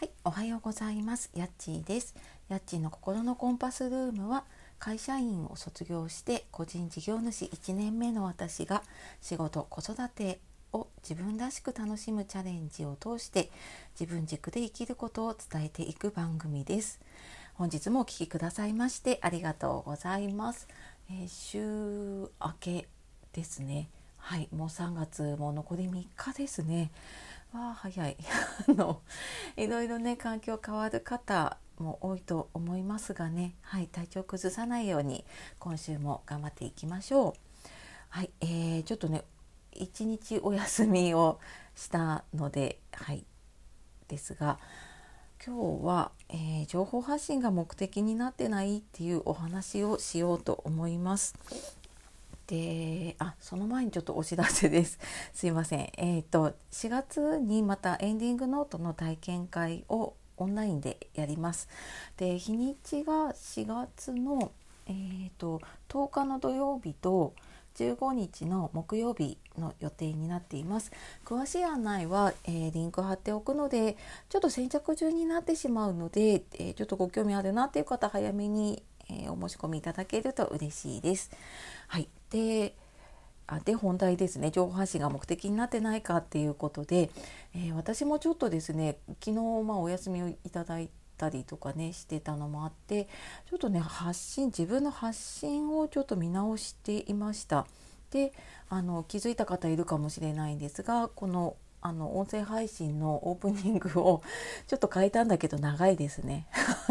はい、おはようございます。やっちーです。やっちーの心のコンパスルームは、会社員を卒業して個人事業主1年目の私が仕事・子育てを自分らしく楽しむチャレンジを通して自分軸で生きることを伝えていく番組です。本日もお聞きくださいましてありがとうございます。週明けですね。はい、もう3月も残り3日ですね。わあ早いいろいろね環境変わる方も多いと思いますがね、はい、体調崩さないように今週も頑張っていきましょう。はい、ちょっとね一日お休みをしたので、はいですが、今日は、情報発信が目的になってないっていうお話をしようと思います。で、その前にちょっとお知らせです。すいません。4月にまたエンディングノートの体験会をオンラインでやります。で、日にちが4月の、10日の土曜日と15日の木曜日の予定になっています。詳しい案内は、リンク貼っておくので、ちょっと先着順になってしまうので、ちょっとご興味あるなっていう方早めに、お申し込みいただけると嬉しいです。はい、で本題ですね。情報発信が目的になってないかっていうことで、私もちょっとですね昨日お休みをいただいたりとかねしてたのもあって、ちょっとね自分の発信をちょっと見直していました。で気づいた方いるかもしれないんですが、この音声配信のオープニングをちょっと変えたんだけど長いですね。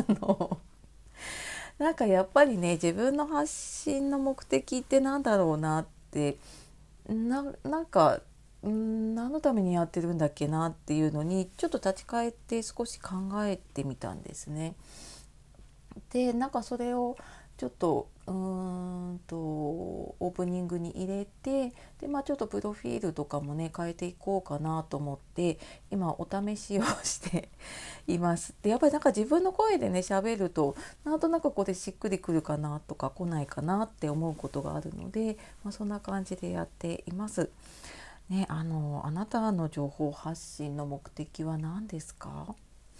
なんかやっぱりね、自分の発信の目的ってなんだろうなって、なんか何のためにやってるんだっけなっていうのにちょっと立ち返って少し考えてみたんですね。で、なんかそれをちょっとオープニングに入れて、でちょっとプロフィールとかもね変えていこうかなと思って今お試しをしています。で、やっぱりなんか自分の声でね喋るとなんとなくこれしっくりくるかなとか来ないかなって思うことがあるので、そんな感じでやっていますね。あなたの情報発信の目的は何ですか？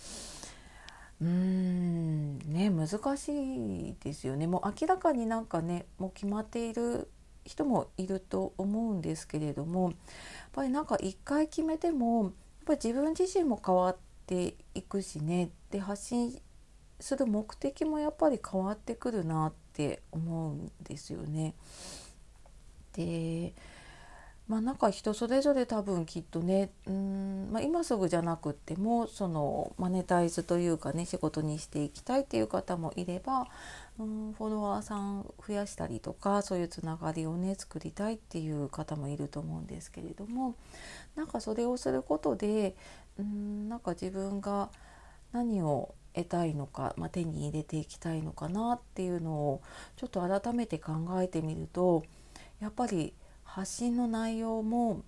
ね、難しいですよね。もう明らかになんかねもう決まっている人もいると思うんですけれども、やっぱりなんか一回決めてもやっぱり自分自身も変わっていくしね。で、発信する目的もやっぱり変わってくるなって思うんですよね。で、なんか人それぞれ多分きっとね、今すぐじゃなくってもそのマネタイズというかね仕事にしていきたいっていう方もいれば、フォロワーさん増やしたりとかそういうつながりをね作りたいっていう方もいると思うんですけれども、なんかそれをすることでなんか自分が何を得たいのか、手に入れていきたいのかなっていうのをちょっと改めて考えてみると、やっぱり発信の内容も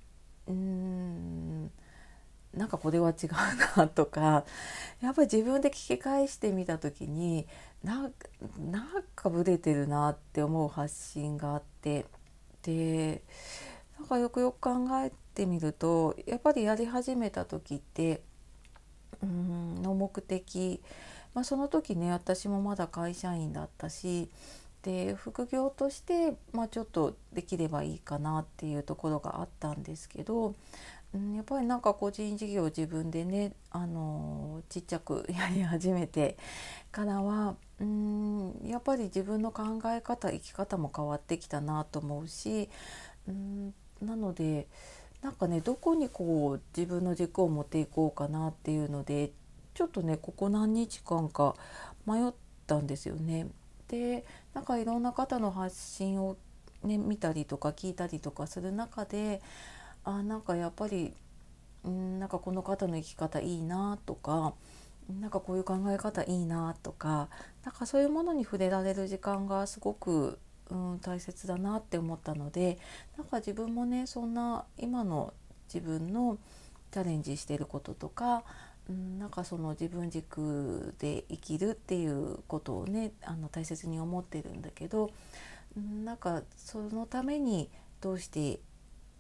なんかこれは違うなとか、やっぱり自分で聞き返してみた時になんかブレてるなって思う発信があって、でなんかよくよく考えてみると、やっぱりやり始めた時っての目的、その時ね私もまだ会社員だったし、で副業として、ちょっとできればいいかなっていうところがあったんですけど、やっぱりなんか個人事業を自分でね、ちっちゃくやり始めてからはやっぱり自分の考え方生き方も変わってきたなと思うし、なのでなんかねどこにこう自分の軸を持っていこうかなっていうので、ちょっとねここ何日間か迷ったんですよね。で、なんかいろんな方の発信をね見たりとか聞いたりとかする中で、なんかやっぱりなんかこの方の生き方いいなとか、なんかこういう考え方いいなとか、なんかそういうものに触れられる時間がすごく、大切だなって思ったので、なんか自分もねそんな今の自分のチャレンジしていることとか、なんかその自分軸で生きるっていうことをね大切に思ってるんだけど、なんかそのためにどうして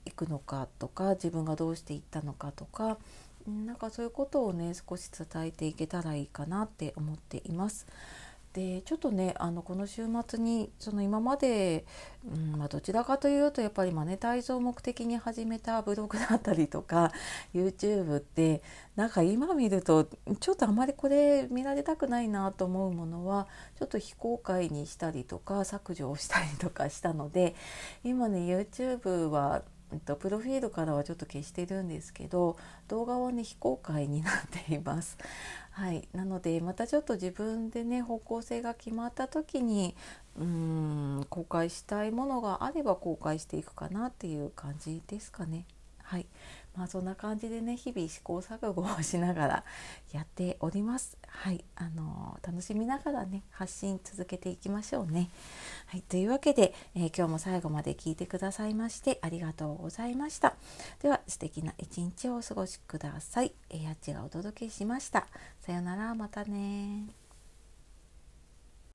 いくのかとか、自分がどうしていったのかとか、なんかそういうことをね少し伝えていけたらいいかなって思っています。でちょっとねこの週末に今まで、どちらかというとやっぱりマネタイズを目的に始めたブログだったりとか YouTube ってなんか今見るとちょっとあまりこれ見られたくないなと思うものはちょっと非公開にしたりとか削除をしたりとかしたので、今ね YouTube はプロフィールからはちょっと消してるんですけど、動画はね非公開になっています。はい、なのでまたちょっと自分でね方向性が決まった時に公開したいものがあれば公開していくかなっていう感じですかね。はい、そんな感じでね日々試行錯誤をしながらやっております。はい、楽しみながらね発信続けていきましょうね。はい、というわけで、今日も最後まで聞いてくださいましてありがとうございました。では素敵な一日をお過ごしください。やっちがお届けしました。さよなら、またね。